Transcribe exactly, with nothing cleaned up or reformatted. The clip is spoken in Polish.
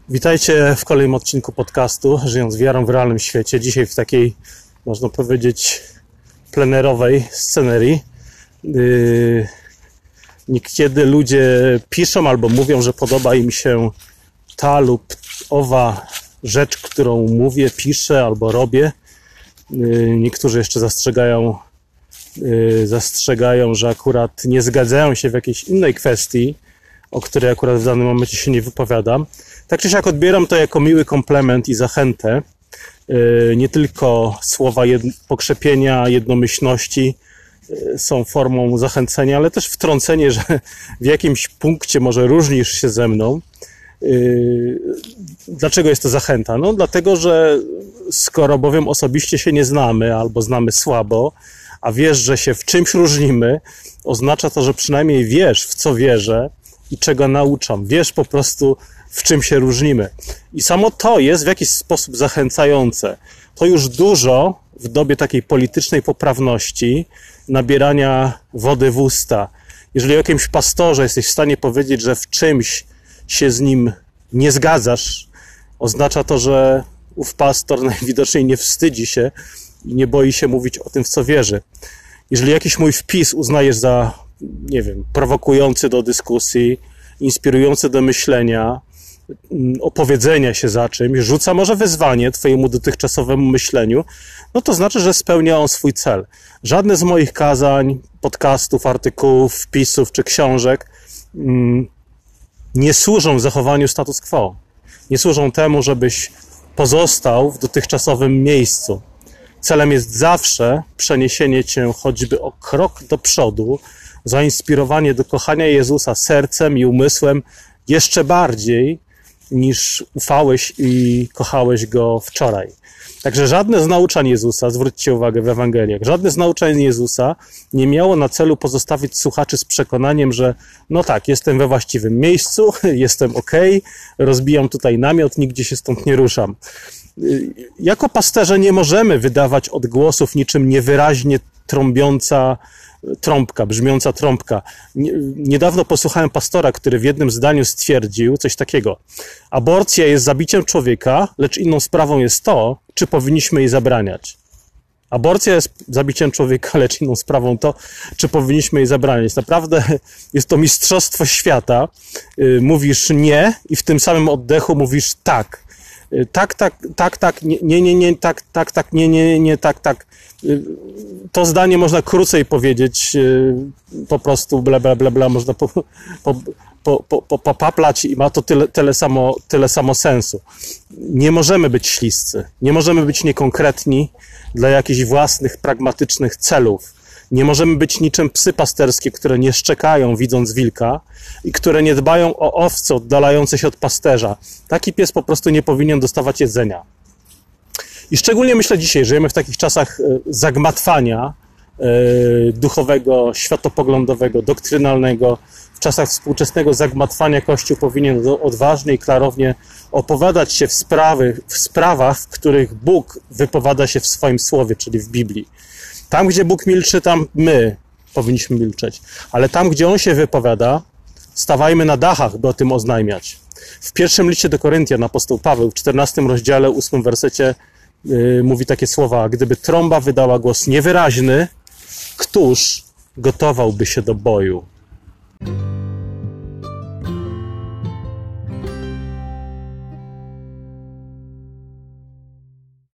Witajcie w kolejnym odcinku podcastu Żyjąc wiarą w realnym świecie. Dzisiaj w takiej, można powiedzieć, plenerowej scenerii. Yy, niekiedy ludzie piszą albo mówią, że podoba im się ta lub owa rzecz, którą mówię, piszę albo robię. Yy, niektórzy jeszcze zastrzegają, yy, zastrzegają, że akurat nie zgadzają się w jakiejś innej kwestii, o której akurat w danym momencie się nie wypowiadam. Tak czy siak odbieram to jako miły komplement i zachętę. Nie tylko słowa jed- pokrzepienia, jednomyślności są formą zachęcenia, ale też wtrącenie, że w jakimś punkcie może różnisz się ze mną. Dlaczego jest to zachęta? No dlatego, że skoro bowiem osobiście się nie znamy albo znamy słabo, a wiesz, że się w czymś różnimy, oznacza to, że przynajmniej wiesz, w co wierzę i czego nauczam. Wiesz po prostu, w czym się różnimy. I samo to jest w jakiś sposób zachęcające. To już dużo w dobie takiej politycznej poprawności, nabierania wody w usta. Jeżeli o jakimś pastorze jesteś w stanie powiedzieć, że w czymś się z nim nie zgadzasz, oznacza to, że ów pastor najwidoczniej nie wstydzi się i nie boi się mówić o tym, w co wierzy. Jeżeli jakiś mój wpis uznajesz za, nie wiem, prowokujący do dyskusji, inspirujący do myślenia, opowiedzenia się za czymś, rzuca może wyzwanie twojemu dotychczasowemu myśleniu, no to znaczy, że spełnia on swój cel. Żadne z moich kazań, podcastów, artykułów, wpisów czy książek mm, nie służą zachowaniu status quo. Nie służą temu, żebyś pozostał w dotychczasowym miejscu. Celem jest zawsze przeniesienie cię choćby o krok do przodu, zainspirowanie do kochania Jezusa sercem i umysłem jeszcze bardziej niż ufałeś i kochałeś Go wczoraj. Także żadne z nauczań Jezusa, zwróćcie uwagę w Ewangeliach, żadne z nauczań Jezusa nie miało na celu pozostawić słuchaczy z przekonaniem, że no tak, jestem we właściwym miejscu, jestem okej, rozbijam tutaj namiot, nigdzie się stąd nie ruszam. Jako pasterze nie możemy wydawać odgłosów niczym niewyraźnie trąbiąca trąbka, brzmiąca trąbka. Niedawno posłuchałem pastora, który w jednym zdaniu stwierdził coś takiego. Aborcja jest zabiciem człowieka, lecz inną sprawą jest to, czy powinniśmy jej zabraniać. Aborcja jest zabiciem człowieka, lecz inną sprawą to, czy powinniśmy jej zabraniać. Naprawdę jest to mistrzostwo świata. Mówisz nie i w tym samym oddechu mówisz tak. Tak, tak, tak, tak, nie, nie, nie, tak, tak, tak, nie, nie, nie, tak, tak. To zdanie można krócej powiedzieć, po prostu bla, bla, bla, bla, można po, po, po, po, po, popaplać i ma to tyle, tyle, samo, tyle samo sensu. Nie możemy być śliscy, nie możemy być niekonkretni dla jakichś własnych, pragmatycznych celów. Nie możemy być niczym psy pasterskie, które nie szczekają widząc wilka i które nie dbają o owce oddalające się od pasterza. Taki pies po prostu nie powinien dostawać jedzenia. I szczególnie myślę dzisiaj, żyjemy w takich czasach zagmatwania duchowego, światopoglądowego, doktrynalnego. W czasach współczesnego zagmatwania Kościół powinien odważnie i klarownie opowiadać się w, sprawy, w sprawach, w których Bóg wypowiada się w swoim słowie, czyli w Biblii. Tam, gdzie Bóg milczy, tam my powinniśmy milczeć. Ale tam, gdzie On się wypowiada, stawajmy na dachach, by o tym oznajmiać. W pierwszym liście do Koryntian apostoł Paweł w czternastym rozdziale, ósmym wersecie yy, mówi takie słowa: gdyby trąba wydała głos niewyraźny, któż gotowałby się do boju?